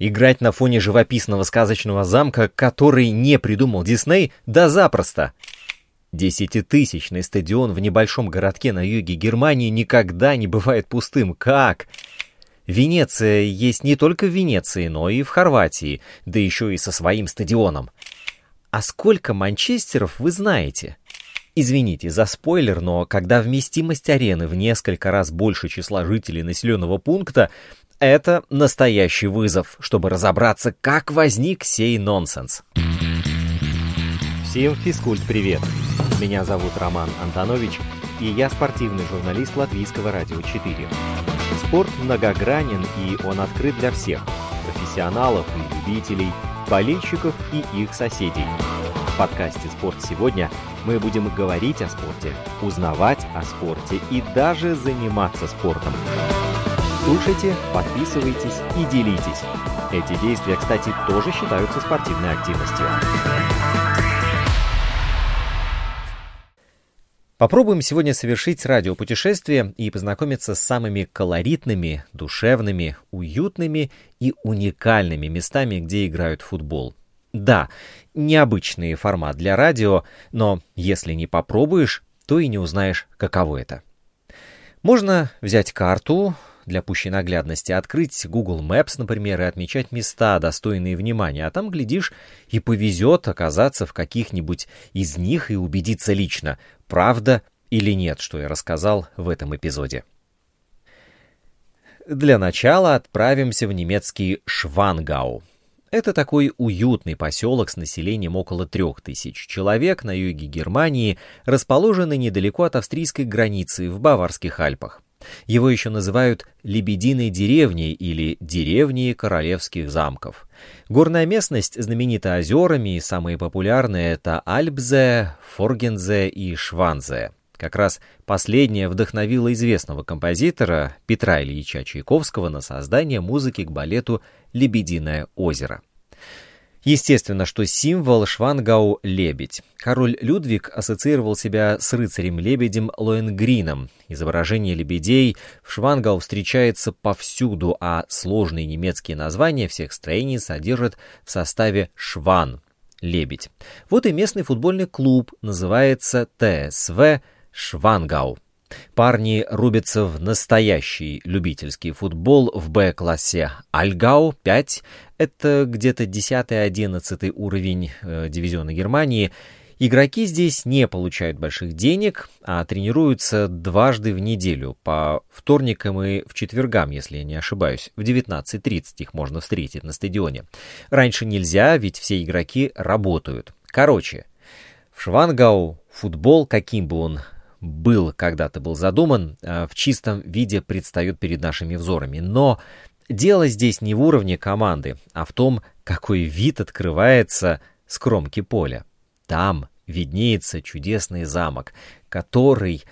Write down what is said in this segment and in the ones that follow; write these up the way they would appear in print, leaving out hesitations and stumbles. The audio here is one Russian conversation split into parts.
Играть на фоне живописного сказочного замка, который не придумал Дисней, да запросто. 10-тысячный стадион в небольшом городке на юге Германии никогда не бывает пустым. Как? Венеция есть не только в Венеции, но и в Хорватии, да еще и со своим стадионом. А сколько Манчестеров вы знаете? Извините за спойлер, но когда вместимость арены в несколько раз больше числа жителей населенного пункта, это настоящий вызов, чтобы разобраться, как возник сей нонсенс. Всем физкульт-привет! Меня зовут Роман Антонович, и я спортивный журналист Латвийского радио 4. Спорт многогранен, и он открыт для всех – профессионалов и любителей, болельщиков и их соседей. В подкасте «Спорт сегодня» мы будем говорить о спорте, узнавать о спорте и даже заниматься спортом. Слушайте, подписывайтесь и делитесь. Эти действия, кстати, тоже считаются спортивной активностью. Попробуем сегодня совершить радиопутешествие и познакомиться с самыми колоритными, душевными, уютными и уникальными местами, где играют в футбол. Да, необычный формат для радио, но если не попробуешь, то и не узнаешь, каково это. Можно взять карту, для пущей наглядности открыть Google Maps, например, и отмечать места, достойные внимания, а там, глядишь, и повезет оказаться в каких-нибудь из них и убедиться лично, правда или нет, что я рассказал в этом эпизоде. Для начала отправимся в немецкий Швангау. Это такой уютный поселок с населением около 3000 человек на юге Германии, расположенный недалеко от австрийской границы в Баварских Альпах. Его еще называют «Лебединой деревней» или «Деревней королевских замков». Горная местность знаменита озерами, и самые популярные — это Альбзе, Форгензе и Шванзе. Как раз последнее вдохновило известного композитора Петра Ильича Чайковского на создание музыки к балету «Лебединое озеро». Естественно, что символ Швангау — лебедь. Король Людвиг ассоциировал себя с рыцарем-лебедем Лоенгрином. Изображение лебедей в Швангау встречается повсюду, а сложные немецкие названия всех строений содержат в составе «шван» — лебедь. Вот и местный футбольный клуб называется ТСВ Швангау. Парни рубятся в настоящий любительский футбол в Б-классе Альгау 5. Это где-то 10-11 уровень дивизиона Германии. Игроки здесь не получают больших денег, а тренируются дважды в неделю, по вторникам и в четвергам, если я не ошибаюсь. В 19:30 их можно встретить на стадионе. Раньше нельзя, ведь все игроки работают. Короче, в Швангау футбол, каким бы он когда-то был задуман, в чистом виде предстает перед нашими взорами. Но дело здесь не в уровне команды, а в том, какой вид открывается с кромки поля. Там виднеется чудесный замок, который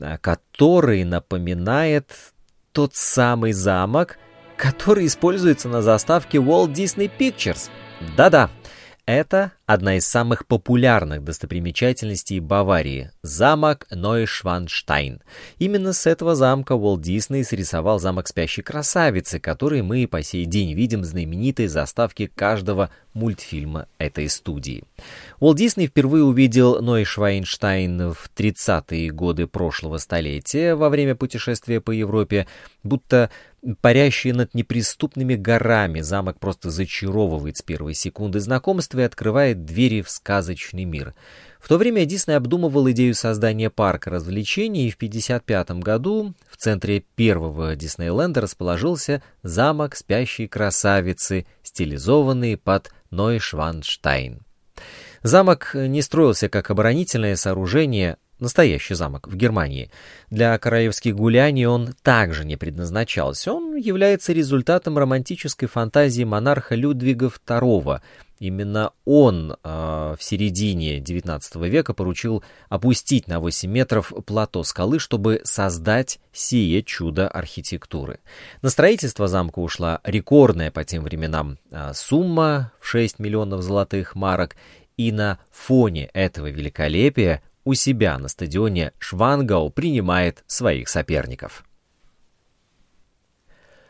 напоминает тот самый замок, который используется на заставке Walt Disney Pictures. Да-да. Это одна из самых популярных достопримечательностей Баварии – замок Нойшванштайн. Именно с этого замка Уолт Дисней срисовал замок спящей красавицы, который мы по сей день видим в знаменитой заставке каждого мультфильма этой студии. Уолт Дисней впервые увидел Нойшванштайн в 30-е годы прошлого столетия во время путешествия по Европе, будто парящий над неприступными горами, замок просто зачаровывает с первой секунды знакомства и открывает двери в сказочный мир. В то время Дисней обдумывал идею создания парка развлечений, и в 1955 году в центре первого Диснейленда расположился замок спящей красавицы, стилизованный под Нойшванштайн. Замок не строился как оборонительное сооружение, настоящий замок в Германии. Для королевских гуляний он также не предназначался. Он является результатом романтической фантазии монарха Людвига II. Именно он в середине XIX века поручил опустить на 8 метров плато скалы, чтобы создать сие чудо архитектуры. На строительство замка ушла рекордная по тем временам сумма в 6 миллионов золотых марок, и на фоне этого великолепия у себя на стадионе Швангау принимает своих соперников.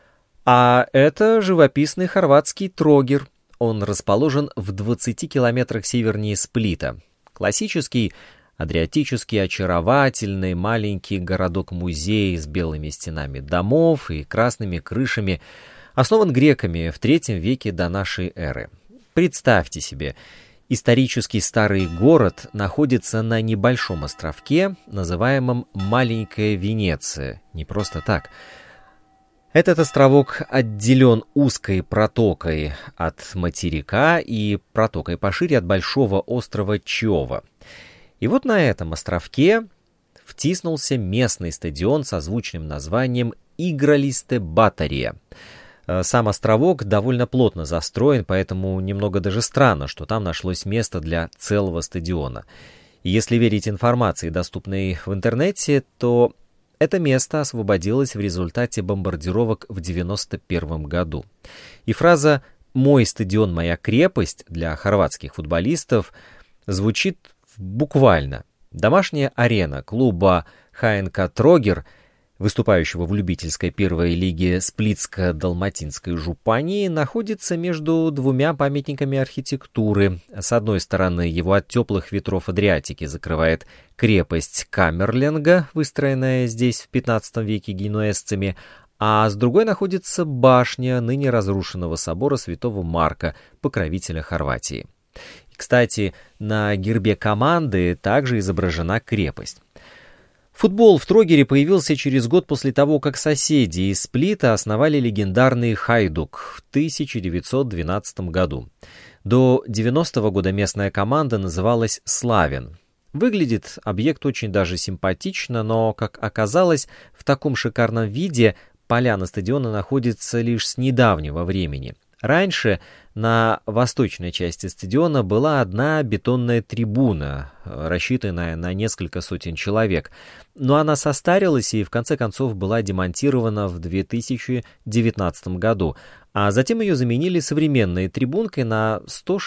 А это живописный хорватский Трогир. Он расположен в 20 километрах севернее Сплита. Классический, адриатический, очаровательный маленький городок-музей с белыми стенами домов и красными крышами, основан греками в III веке до нашей эры. Представьте себе, исторический старый город находится на небольшом островке, называемом Маленькая Венеция. Не просто так. Этот островок отделен узкой протокой от материка и протокой пошире от большого острова Чиова. И вот на этом островке втиснулся местный стадион со звучным названием Игралисте Батария. Сам островок довольно плотно застроен, поэтому немного даже странно, что там нашлось место для целого стадиона. И если верить информации, доступной в интернете, то это место освободилось в результате бомбардировок в 1991 году. И фраза «Мой стадион, моя крепость» для хорватских футболистов звучит буквально. Домашняя арена клуба ХНК «Трогир», выступающего в любительской первой лиге Сплитско-Далматинской жупании, находится между двумя памятниками архитектуры. С одной стороны, его от теплых ветров Адриатики закрывает крепость Камерленга, выстроенная здесь в 15 веке генуэзцами, а с другой находится башня ныне разрушенного собора Святого Марка, покровителя Хорватии. Кстати, на гербе команды также изображена крепость. Футбол в Трогире появился через год после того, как соседи из Сплита основали легендарный «Хайдук» в 1912 году. До 90-го года местная команда называлась «Славен». Выглядит объект очень даже симпатично, но, как оказалось, в таком шикарном виде поляна стадиона находится лишь с недавнего времени. Раньше на восточной части стадиона была одна бетонная трибуна, рассчитанная на несколько сотен человек, но она состарилась и в конце концов была демонтирована в 2019 году, а затем ее заменили современной трибункой на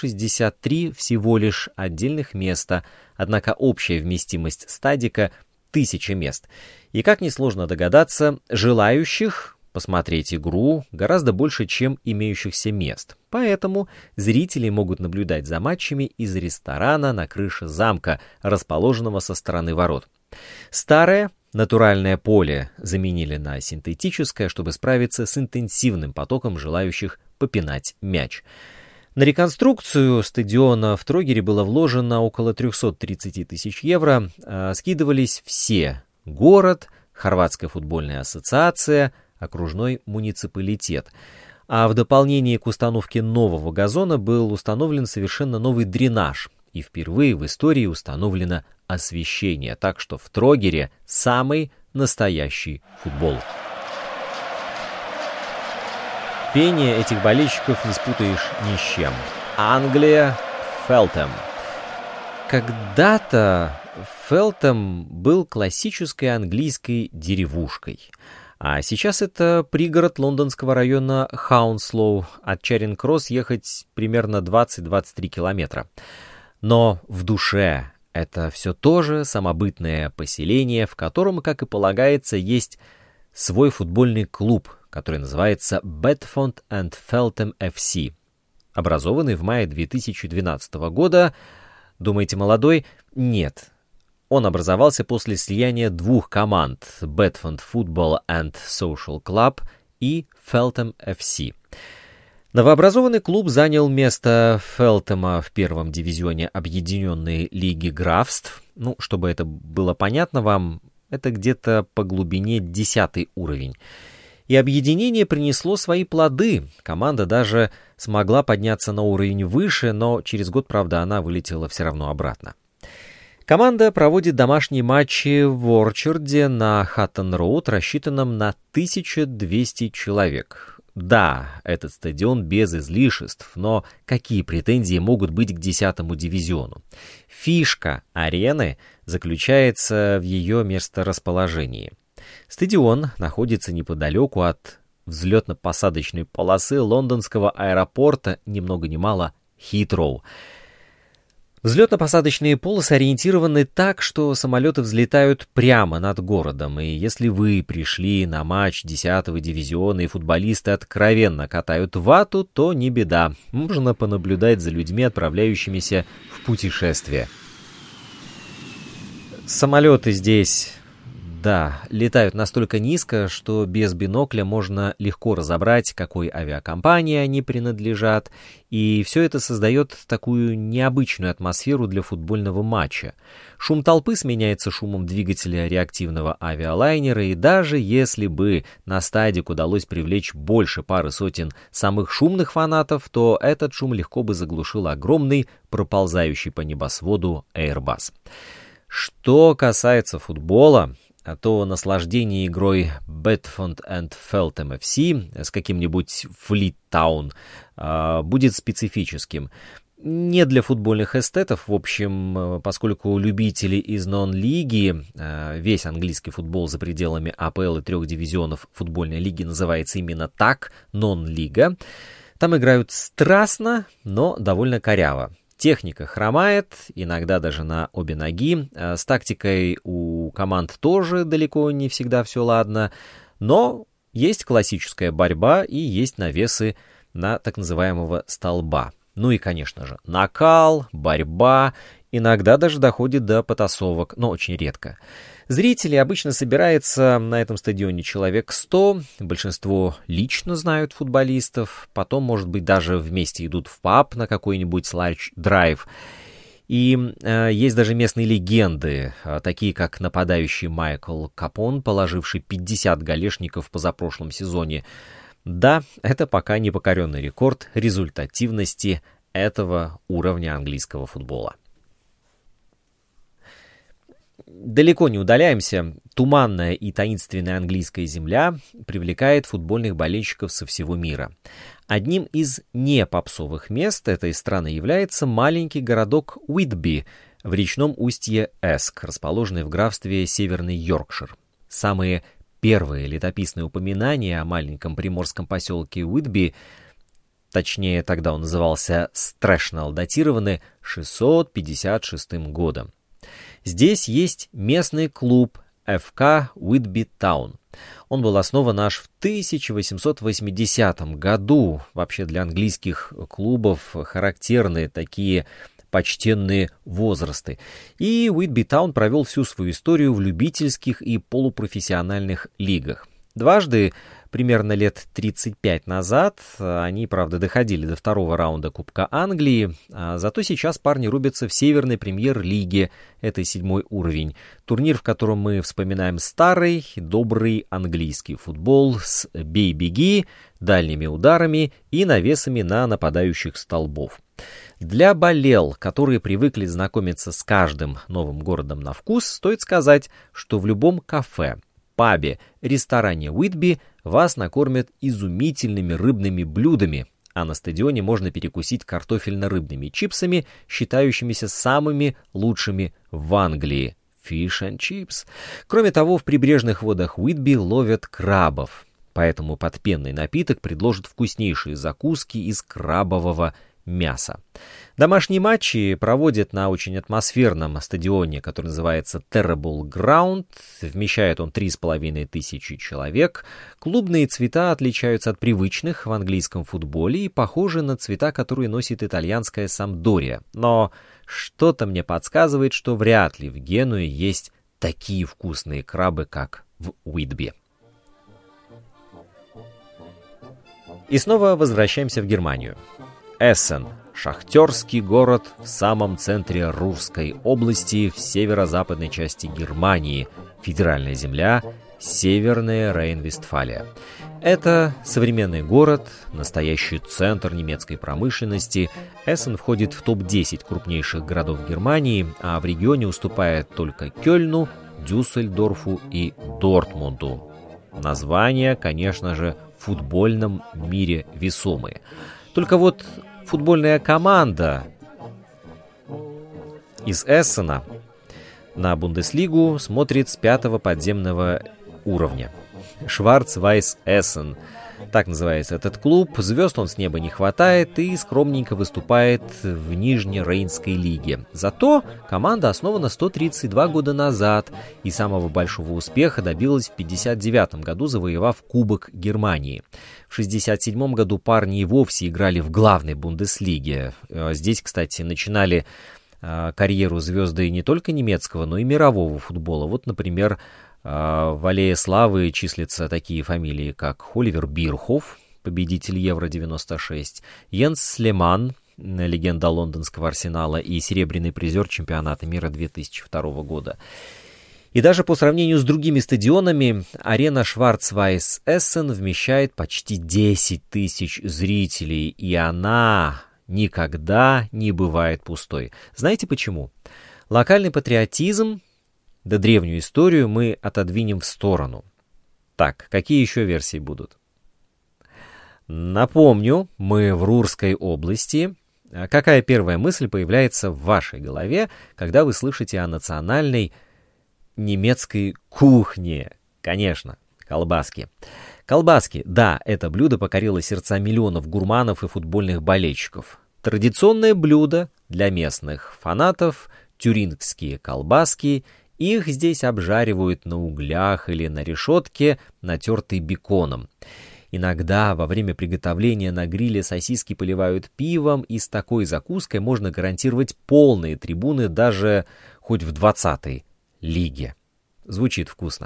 163 всего лишь отдельных места, однако общая вместимость стадика 1000 мест. И, как несложно догадаться, желающих посмотреть игру гораздо больше, чем имеющихся мест. Поэтому зрители могут наблюдать за матчами из ресторана на крыше замка, расположенного со стороны ворот. Старое натуральное поле заменили на синтетическое, чтобы справиться с интенсивным потоком желающих попинать мяч. На реконструкцию стадиона в Трогире было вложено около 330 тысяч евро. Скидывались все: город, Хорватская футбольная ассоциация, окружной муниципалитет. А в дополнение к установке нового газона был установлен совершенно новый дренаж. И впервые в истории установлено освещение. Так что в Трогире самый настоящий футбол. Пение этих болельщиков не спутаешь ни с чем. Англия, Фелтем. Когда-то Фелтем был классической английской деревушкой. А сейчас это пригород лондонского района Хаунслоу. От Чаринг-Кросс ехать примерно 20-23 километра. Но в душе это все тоже самобытное поселение, в котором, как и полагается, есть свой футбольный клуб, который называется Bedfont and Feltham FC. Образованный в мае 2012 года, думаете, молодой? Нет. Он образовался после слияния двух команд Bedfont Football and Social Club и Feltham FC. Новообразованный клуб занял место Фелтема в первом дивизионе Объединенной лиги графств. Чтобы это было понятно вам, это где-то по глубине 10-й уровень. И объединение принесло свои плоды. Команда даже смогла подняться на уровень выше, но через год, правда, она вылетела все равно обратно. Команда проводит домашние матчи в Орчарде на Хаттон-Роуд, рассчитанном на 1200 человек. Да, этот стадион без излишеств, но какие претензии могут быть к 10-му дивизиону? Фишка арены заключается в ее месторасположении. Стадион находится неподалеку от взлетно-посадочной полосы лондонского аэропорта, ни много ни мало Хитроу. Взлетно-посадочные полосы ориентированы так, что самолеты взлетают прямо над городом, и если вы пришли на матч 10-го дивизиона и футболисты откровенно катают вату, то не беда, можно понаблюдать за людьми, отправляющимися в путешествие. Самолеты здесь... Да, летают настолько низко, что без бинокля можно легко разобрать, какой авиакомпании они принадлежат, и все это создает такую необычную атмосферу для футбольного матча. Шум толпы сменяется шумом двигателя реактивного авиалайнера, и даже если бы на стадик удалось привлечь больше пары сотен самых шумных фанатов, то этот шум легко бы заглушил огромный, проползающий по небосводу Airbus. Что касается футбола, то наслаждение игрой Bedfont and Feltham FC с каким-нибудь Fleet Town будет специфическим. Не для футбольных эстетов, в общем, поскольку любители из нон-лиги, весь английский футбол за пределами АПЛ и 3 дивизионов футбольной лиги называется именно так, нон-лига. Там играют страстно, но довольно коряво. Техника хромает, иногда даже на обе ноги. С тактикой у команд тоже далеко не всегда все ладно. Но есть классическая борьба и есть навесы на так называемого столба. Ну и, конечно же, накал, борьба. Иногда даже доходит до потасовок, но очень редко. Зрителей обычно собирается на этом стадионе человек 100, большинство лично знают футболистов, потом, может быть, даже вместе идут в паб на какой-нибудь ланч-драйв. И есть даже местные легенды, такие как нападающий Майкл Капон, положивший 50 голешников в позапрошлом сезоне. Да, это пока непокоренный рекорд результативности этого уровня английского футбола. Далеко не удаляемся. Туманная и таинственная английская земля привлекает футбольных болельщиков со всего мира. Одним из непопсовых мест этой страны является маленький городок Уитби в речном устье Эск, расположенный в графстве Северный Йоркшир. Самые первые летописные упоминания о маленьком приморском поселке Уитби, точнее тогда он назывался Стрэшнелл, датированы 656 годом. Здесь есть местный клуб ФК Уитби Таун. Он был основан аж в 1880 году. Вообще для английских клубов характерны такие почтенные возрасты. И Уитби Таун провел всю свою историю в любительских и полупрофессиональных лигах. Дважды, примерно лет 35 назад, они, правда, доходили до 2-го раунда Кубка Англии, зато сейчас парни рубятся в Северной премьер-лиге, это 7-й уровень, турнир, в котором мы вспоминаем старый, добрый английский футбол с бей-беги, дальними ударами и навесами на нападающих столбов. Для болел, которые привыкли знакомиться с каждым новым городом на вкус, стоит сказать, что в любом кафе, пабе, ресторане Уитби вас накормят изумительными рыбными блюдами, а на стадионе можно перекусить картофельно-рыбными чипсами, считающимися самыми лучшими в Англии. Fish and chips. Кроме того, в прибрежных водах Уитби ловят крабов, поэтому под пенный напиток предложат вкуснейшие закуски из крабового мяса. Домашние матчи проводят на очень атмосферном стадионе, который называется Terrible Ground. Вмещает он 3500 человек. Клубные цвета отличаются от привычных в английском футболе и похожи на цвета, которые носит итальянская Сампдория. Но что-то мне подсказывает, что вряд ли в Генуе есть такие вкусные крабы, как в Уитби. И снова возвращаемся в Германию. Эссен – шахтерский город в самом центре Рурской области в северо-западной части Германии, федеральная земля, Северная Рейн-Вестфалия. Это современный город, настоящий центр немецкой промышленности. Эссен входит в топ-10 крупнейших городов Германии, а в регионе уступает только Кёльну, Дюссельдорфу и Дортмунду. Названия, конечно же, в футбольном мире весомые. Только вот футбольная команда из Эссена на Бундеслигу смотрит с 5-го подземного уровня. Шварц-Вайс Эссен. Так называется этот клуб. Звезд он с неба не хватает и скромненько выступает в Нижнерейнской лиге. Зато команда основана 132 года назад и самого большого успеха добилась в 1959 году, завоевав Кубок Германии. В 1967 году парни и вовсе играли в главной Бундеслиге. Здесь, кстати, начинали карьеру звезды не только немецкого, но и мирового футбола. Вот, например, в Аллее Славы числятся такие фамилии, как Оливер Бирхоф, победитель Евро-96, Йенс Слеман, легенда лондонского Арсенала и серебряный призер чемпионата мира 2002 года. И даже по сравнению с другими стадионами, арена Шварцвайс-Эссен вмещает почти 10 тысяч зрителей, и она никогда не бывает пустой. Знаете почему? Локальный патриотизм, да древнюю историю мы отодвинем в сторону. Так, какие еще версии будут? Напомню, мы в Рурской области. Какая первая мысль появляется в вашей голове, когда вы слышите о национальной немецкой кухне? Конечно, колбаски. Колбаски, да, это блюдо покорило сердца миллионов гурманов и футбольных болельщиков. Традиционное блюдо для местных фанатов — тюрингские колбаски. Их здесь обжаривают на углях или на решетке, натертой беконом. Иногда во время приготовления на гриле сосиски поливают пивом, и с такой закуской можно гарантировать полные трибуны даже хоть в 20-й лиге. Звучит вкусно.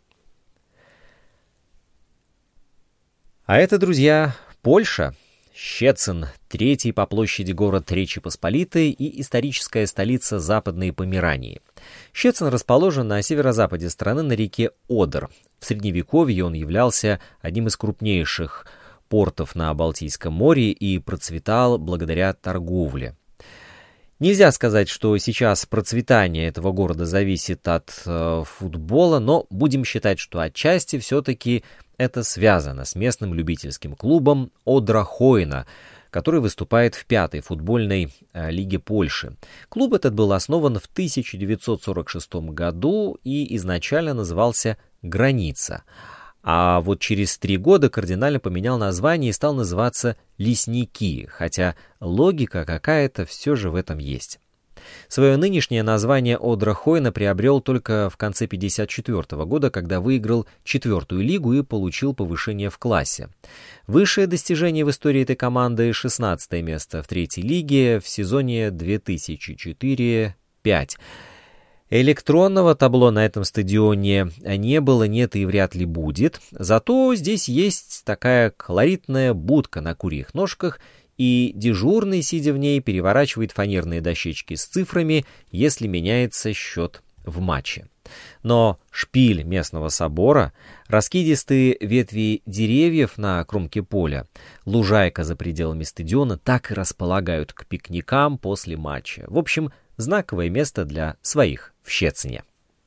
А это, друзья, Польша. Щецин — третий по площади город Речи Посполитой и историческая столица Западной Померании. Щецин расположен на северо-западе страны на реке Одер. В Средневековье он являлся одним из крупнейших портов на Балтийском море и процветал благодаря торговле. Нельзя сказать, что сейчас процветание этого города зависит от футбола, но будем считать, что отчасти все-таки это связано с местным любительским клубом Одра Хойна, который выступает в 5-й футбольной лиге Польши. Клуб этот был основан в 1946 году и изначально назывался «Граница». А вот через 3 года кардинально поменял название и стал называться «Лесники», хотя логика какая-то все же в этом есть. Свое нынешнее название Одра Хойна приобрел только в конце 1954 года, когда выиграл 4-ю лигу и получил повышение в классе. Высшее достижение в истории этой команды — 16-е место в 3-й лиге в сезоне 2004-2005. Электронного табло на этом стадионе не было, нет и вряд ли будет. Зато здесь есть такая колоритная будка на курьих ножках, и дежурный, сидя в ней, переворачивает фанерные дощечки с цифрами, если меняется счет в матче. Но шпиль местного собора, раскидистые ветви деревьев на кромке поля, лужайка за пределами стадиона так и располагают к пикникам после матча. В общем, знаковое место для своих в Щецине.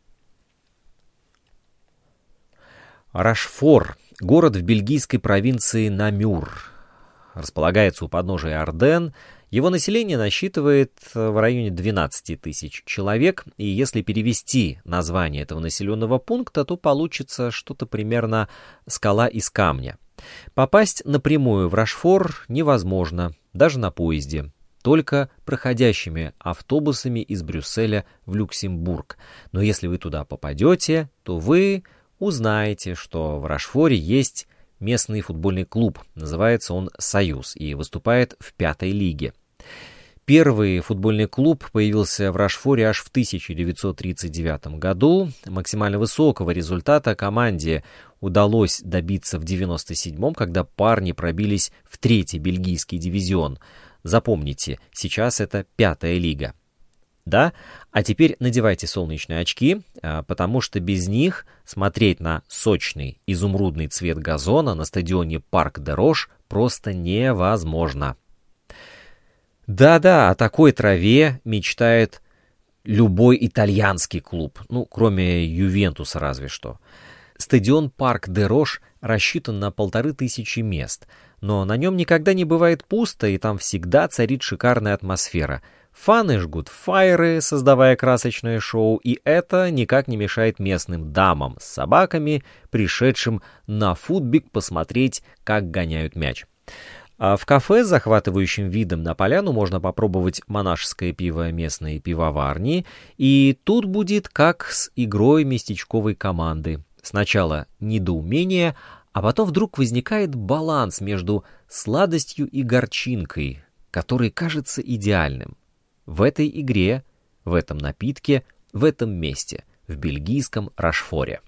Рашфор — город в бельгийской провинции Намюр. Располагается у подножия Арденн. Его население насчитывает в районе 12 тысяч человек, и если перевести название этого населенного пункта, то получится что-то примерно «скала из камня». Попасть напрямую в Рашфор невозможно, даже на поезде, только проходящими автобусами из Брюсселя в Люксембург. Но если вы туда попадете, то вы узнаете, что в Рашфоре есть местный футбольный клуб, называется он «Союз» и выступает в 5-й лиге. Первый футбольный клуб появился в Рашфоре аж в 1939 году. Максимально высокого результата команде удалось добиться в 1997-м, когда парни пробились в 3-й бельгийский дивизион. Запомните, сейчас это 5-я лига. Да? А теперь надевайте солнечные очки, потому что без них смотреть на сочный изумрудный цвет газона на стадионе Парк де Рош просто невозможно. Да-да, о такой траве мечтает любой итальянский клуб, кроме Ювентуса разве что. Стадион Парк де Рош рассчитан на 1500 мест, но на нем никогда не бывает пусто, и там всегда царит шикарная атмосфера. Фаны жгут фаеры, создавая красочное шоу, и это никак не мешает местным дамам с собаками, пришедшим на футбик посмотреть, как гоняют мяч. А в кафе с захватывающим видом на поляну можно попробовать монашеское пиво местной пивоварни, и тут будет как с игрой местечковой команды. Сначала недоумение, а потом вдруг возникает баланс между сладостью и горчинкой, который кажется идеальным. В этой игре, в этом напитке, в этом месте, в бельгийском Рошфоре.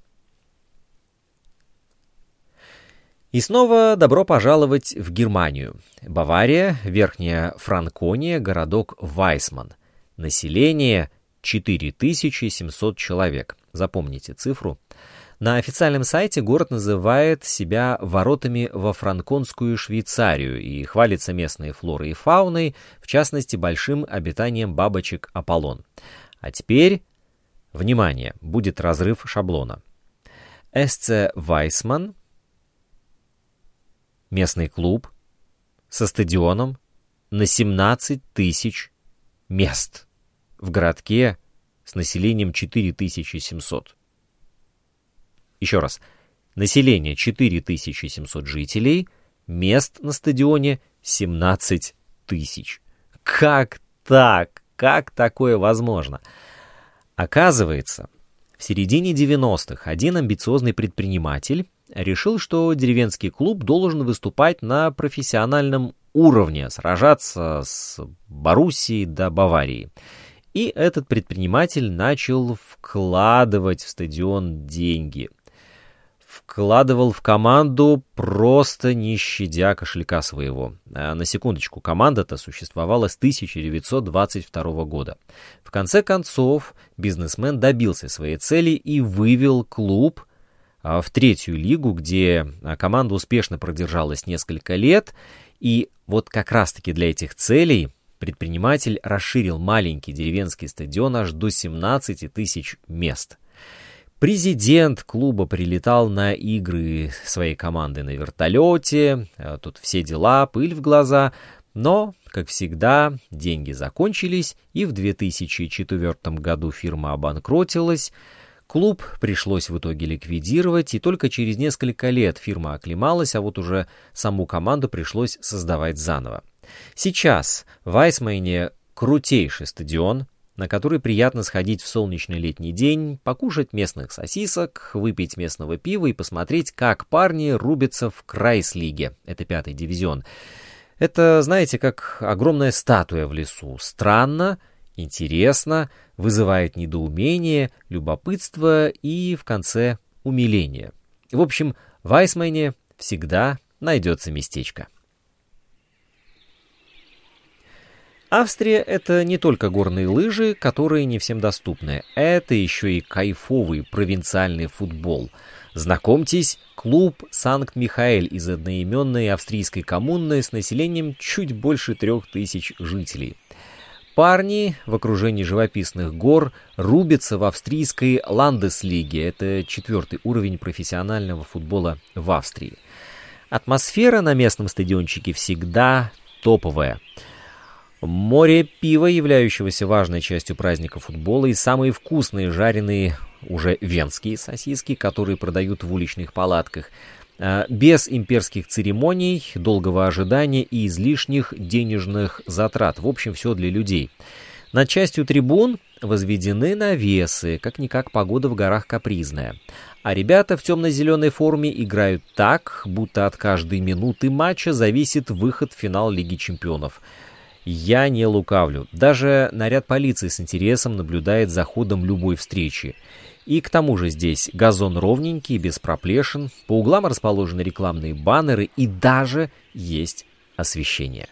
И снова добро пожаловать в Германию. Бавария, Верхняя Франкония, городок Вайсман. Население 4700 человек. Запомните цифру. На официальном сайте город называет себя воротами во франконскую Швейцарию и хвалится местной флорой и фауной, в частности, большим обитанием бабочек Аполлон. А теперь, внимание, будет разрыв шаблона. СЦ Вайсман, местный клуб со стадионом на 17 тысяч мест в городке с населением 4700. Еще раз. Население 4700 жителей, мест на стадионе 17 тысяч. Как так? Как такое возможно? Оказывается, в середине 90-х один амбициозный предприниматель решил, что деревенский клуб должен выступать на профессиональном уровне, сражаться с Боруссией до Баварии. И этот предприниматель начал вкладывать в стадион деньги. Вкладывал в команду, просто не щадя кошелька своего. На секундочку, команда-то существовала с 1922 года. В конце концов, бизнесмен добился своей цели и вывел клуб в третью лигу, где команда успешно продержалась несколько лет. И вот как раз-таки для этих целей предприниматель расширил маленький деревенский стадион аж до 17 тысяч мест. Президент клуба прилетал на игры своей команды на вертолете, тут все дела, пыль в глаза, но, как всегда, деньги закончились, и в 2004 году фирма обанкротилась, клуб пришлось в итоге ликвидировать, и только через несколько лет фирма оклемалась, а вот уже саму команду пришлось создавать заново. Сейчас в Вайсмане крутейший стадион, на который приятно сходить в солнечный летний день, покушать местных сосисок, выпить местного пива и посмотреть, как парни рубятся в Крайслиге. Это 5-й дивизион. Это, знаете, как огромная статуя в лесу. Странно, интересно, вызывает недоумение, любопытство и, в конце, умиление. В общем, в Вайсмане всегда найдется местечко. Австрия — это не только горные лыжи, которые не всем доступны. Это еще и кайфовый провинциальный футбол. Знакомьтесь, клуб Санкт-Михаэль из одноименной австрийской коммуны с населением чуть больше 3000 жителей. Парни в окружении живописных гор рубятся в австрийской Ландеслиге. Это 4-й уровень профессионального футбола в Австрии. Атмосфера на местном стадиончике всегда топовая. Море пива, являющегося важной частью праздника футбола, и самые вкусные жареные уже венские сосиски, которые продают в уличных палатках. Без имперских церемоний, долгого ожидания и излишних денежных затрат. В общем, все для людей. Над частью трибун возведены навесы, как-никак погода в горах капризная. А ребята в темно-зеленой форме играют так, будто от каждой минуты матча зависит выход в финал Лиги Чемпионов. Я не лукавлю. Даже наряд полиции с интересом наблюдает за ходом любой встречи. И к тому же здесь газон ровненький, без проплешин, по углам расположены рекламные баннеры и даже есть освещение.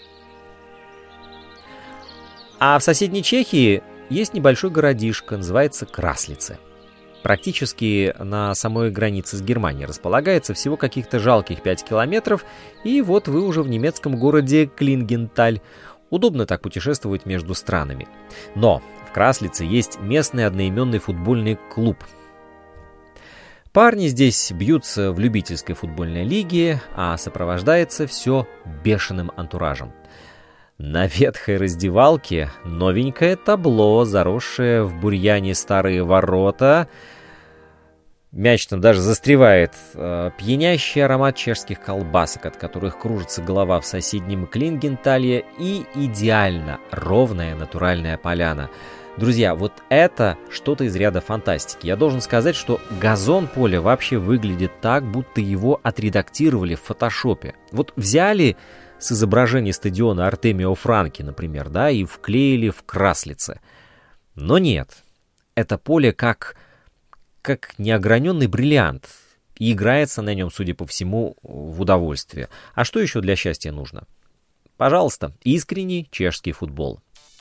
А в соседней Чехии есть небольшой городишко, называется Краслице. Практически на самой границе с Германией располагается, всего каких-то жалких 5 километров, и вот вы уже в немецком городе Клингенталь. Удобно так путешествовать между странами. Но в Краслице есть местный одноименный футбольный клуб. Парни здесь бьются в любительской футбольной лиге, а сопровождается все бешеным антуражем. На ветхой раздевалке новенькое табло, заросшее в бурьяне старые ворота. Мяч там даже застревает. Пьянящий аромат чешских колбасок, от которых кружится голова в соседнем Клингенталье, и идеально ровная натуральная поляна. Друзья, вот это что-то из ряда фантастики. Я должен сказать, что газон поля вообще выглядит так, будто его отредактировали в фотошопе. Вот взяли с изображения стадиона Артемио Франки, например, да, и вклеили в краслице. Но нет, это поле как неограненный бриллиант, и играется на нем, судя по всему, в удовольствие. А что еще для счастья нужно? Пожалуйста, искренний чешский футбол.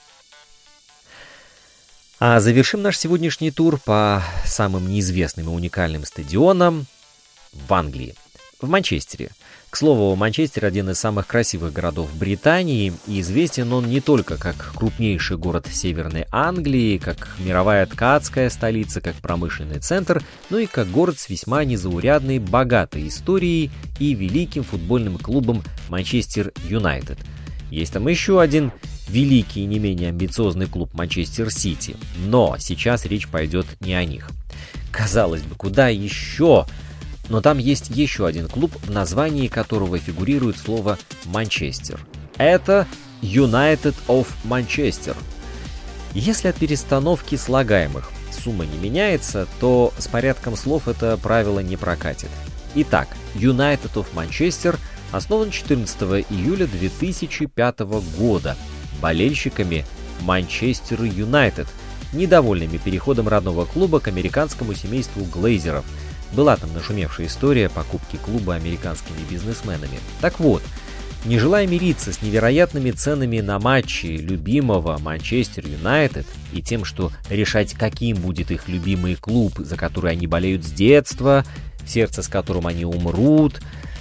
А завершим наш сегодняшний тур по самым неизвестным и уникальным стадионам в Англии, в Манчестере. К слову, Манчестер — один из самых красивых городов Британии, и известен он не только как крупнейший город Северной Англии, как мировая ткацкая столица, как промышленный центр, но и как город с весьма незаурядной, богатой историей и великим футбольным клубом Манчестер Юнайтед. Есть там еще один великий и не менее амбициозный клуб Манчестер Сити, но сейчас речь пойдет не о них. Казалось бы, куда еще? Но там есть еще один клуб, в названии которого фигурирует слово «Манчестер». Это United of Manchester. Если от перестановки слагаемых сумма не меняется, то с порядком слов это правило не прокатит. Итак, United of Manchester основан 14 июля 2005 года болельщиками Манчестер Юнайтед, недовольными переходом родного клуба к американскому семейству Глейзеров. Была там нашумевшая история покупки клуба американскими бизнесменами. Так вот, не желая мириться с невероятными ценами на матчи любимого Манчестер Юнайтед и тем, что решать, каким будет их любимый клуб, за который они болеют с детства, в сердце с которым они умрут,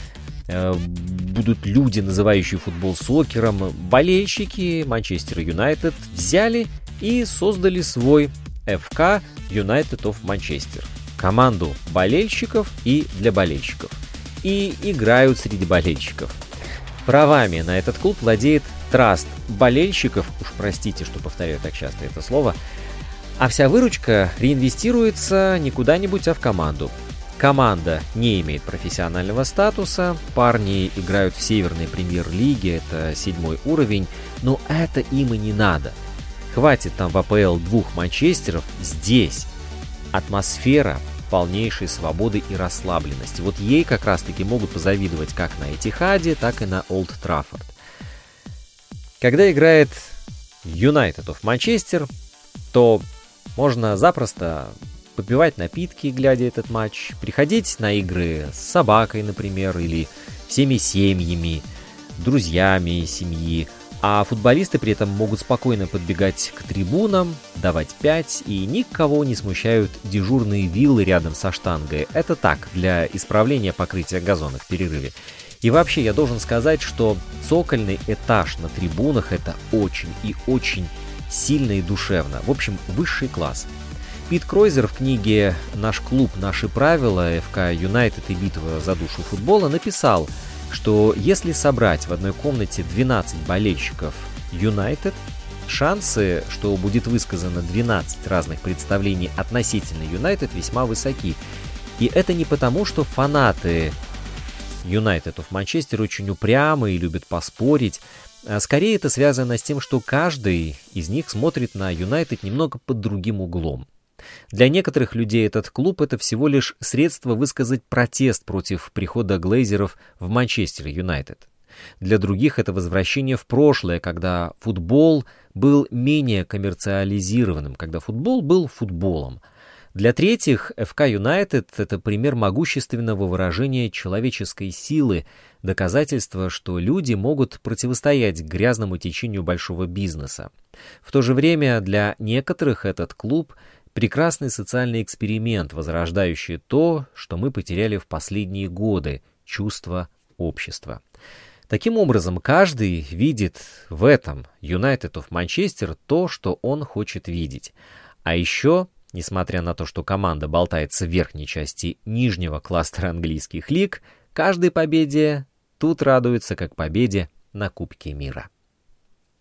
будут люди, называющие футбол сокером, болельщики Манчестер Юнайтед взяли и создали свой ФК United of Manchester. Команду болельщиков и для болельщиков. И играют среди болельщиков. Правами на этот клуб владеет траст болельщиков, уж простите, что повторяю так часто это слово, а вся выручка реинвестируется не куда-нибудь, а в команду. Команда не имеет профессионального статуса, парни играют в Северной премьер-лиге, это 7-й уровень, но это им и не надо. Хватит там в АПЛ двух Манчестеров, здесь атмосфера полнейшей свободы и расслабленности. Вот ей как раз-таки могут позавидовать как на Этихаде, так и на Олд Траффорд. Когда играет United of Manchester, то можно запросто попивать напитки, глядя этот матч, приходить на игры с собакой, например, или всеми семьями, друзьями семьи, а футболисты при этом могут спокойно подбегать к трибунам, давать 5, и никого не смущают дежурные виллы рядом со штангой. Это так, для исправления покрытия газона в перерыве. И вообще, я должен сказать, что цокольный этаж на трибунах — это очень и очень сильно и душевно. В общем, высший класс. Пит Кройзер в книге «Наш клуб. Наши правила. ФК Юнайтед и битва за душу футбола» написал, что если собрать в одной комнате 12 болельщиков Юнайтед, шансы, что будет высказано 12 разных представлений относительно Юнайтед, весьма высоки. И это не потому, что фанаты United of Manchester очень упрямы и любят поспорить. А скорее это связано с тем, что каждый из них смотрит на Юнайтед немного под другим углом. Для некоторых людей этот клуб — это всего лишь средство высказать протест против прихода Глейзеров в Манчестер Юнайтед. Для других это возвращение в прошлое, когда футбол был менее коммерциализированным, когда футбол был футболом. Для третьих ФК Юнайтед — это пример могущественного выражения человеческой силы, доказательство, что люди могут противостоять грязному течению большого бизнеса. В то же время для некоторых этот клуб — прекрасный социальный эксперимент, возрождающий то, что мы потеряли в последние годы — чувство общества. Таким образом, каждый видит в этом United of Manchester то, что он хочет видеть. А еще, несмотря на то, что команда болтается в верхней части нижнего кластера английских лиг, каждой победе тут радуется как победе на Кубке мира.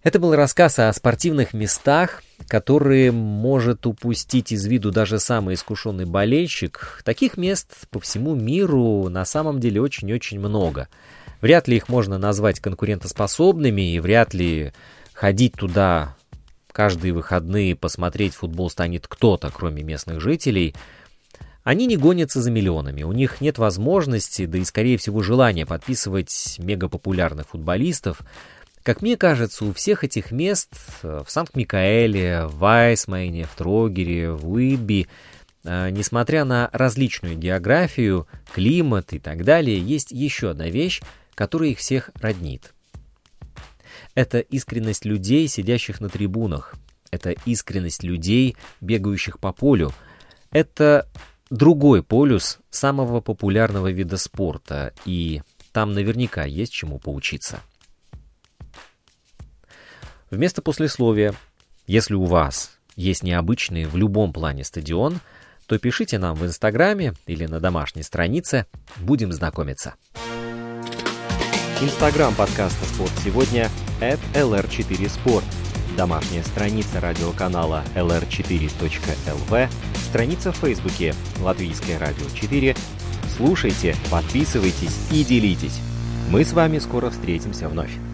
Это был рассказ о спортивных местах, которые может упустить из виду даже самый искушенный болельщик. Таких мест по всему миру на самом деле очень-очень много. Вряд ли их можно назвать конкурентоспособными, и вряд ли ходить туда каждые выходные посмотреть футбол станет кто-то, кроме местных жителей. Они не гонятся за миллионами, у них нет возможности, да и, скорее всего, желания подписывать мегапопулярных футболистов. Как мне кажется, у всех этих мест в Санкт-Микаэле, в Вайсмайне, в Трогере, в Уитби, несмотря на различную географию, климат и так далее, есть еще одна вещь, которая их всех роднит. Это искренность людей, сидящих на трибунах. Это искренность людей, бегающих по полю. Это другой полюс самого популярного вида спорта, и там наверняка есть чему поучиться. Вместо послесловия, если у вас есть необычный в любом плане стадион, то пишите нам в Инстаграме или на домашней странице, будем знакомиться. Инстаграм подкаста «Спорт сегодня» @LR4Sport, домашняя страница радиоканала lr4.lv, страница в Фейсбуке «Латвийское радио 4». Слушайте, подписывайтесь и делитесь. Мы с вами скоро встретимся вновь.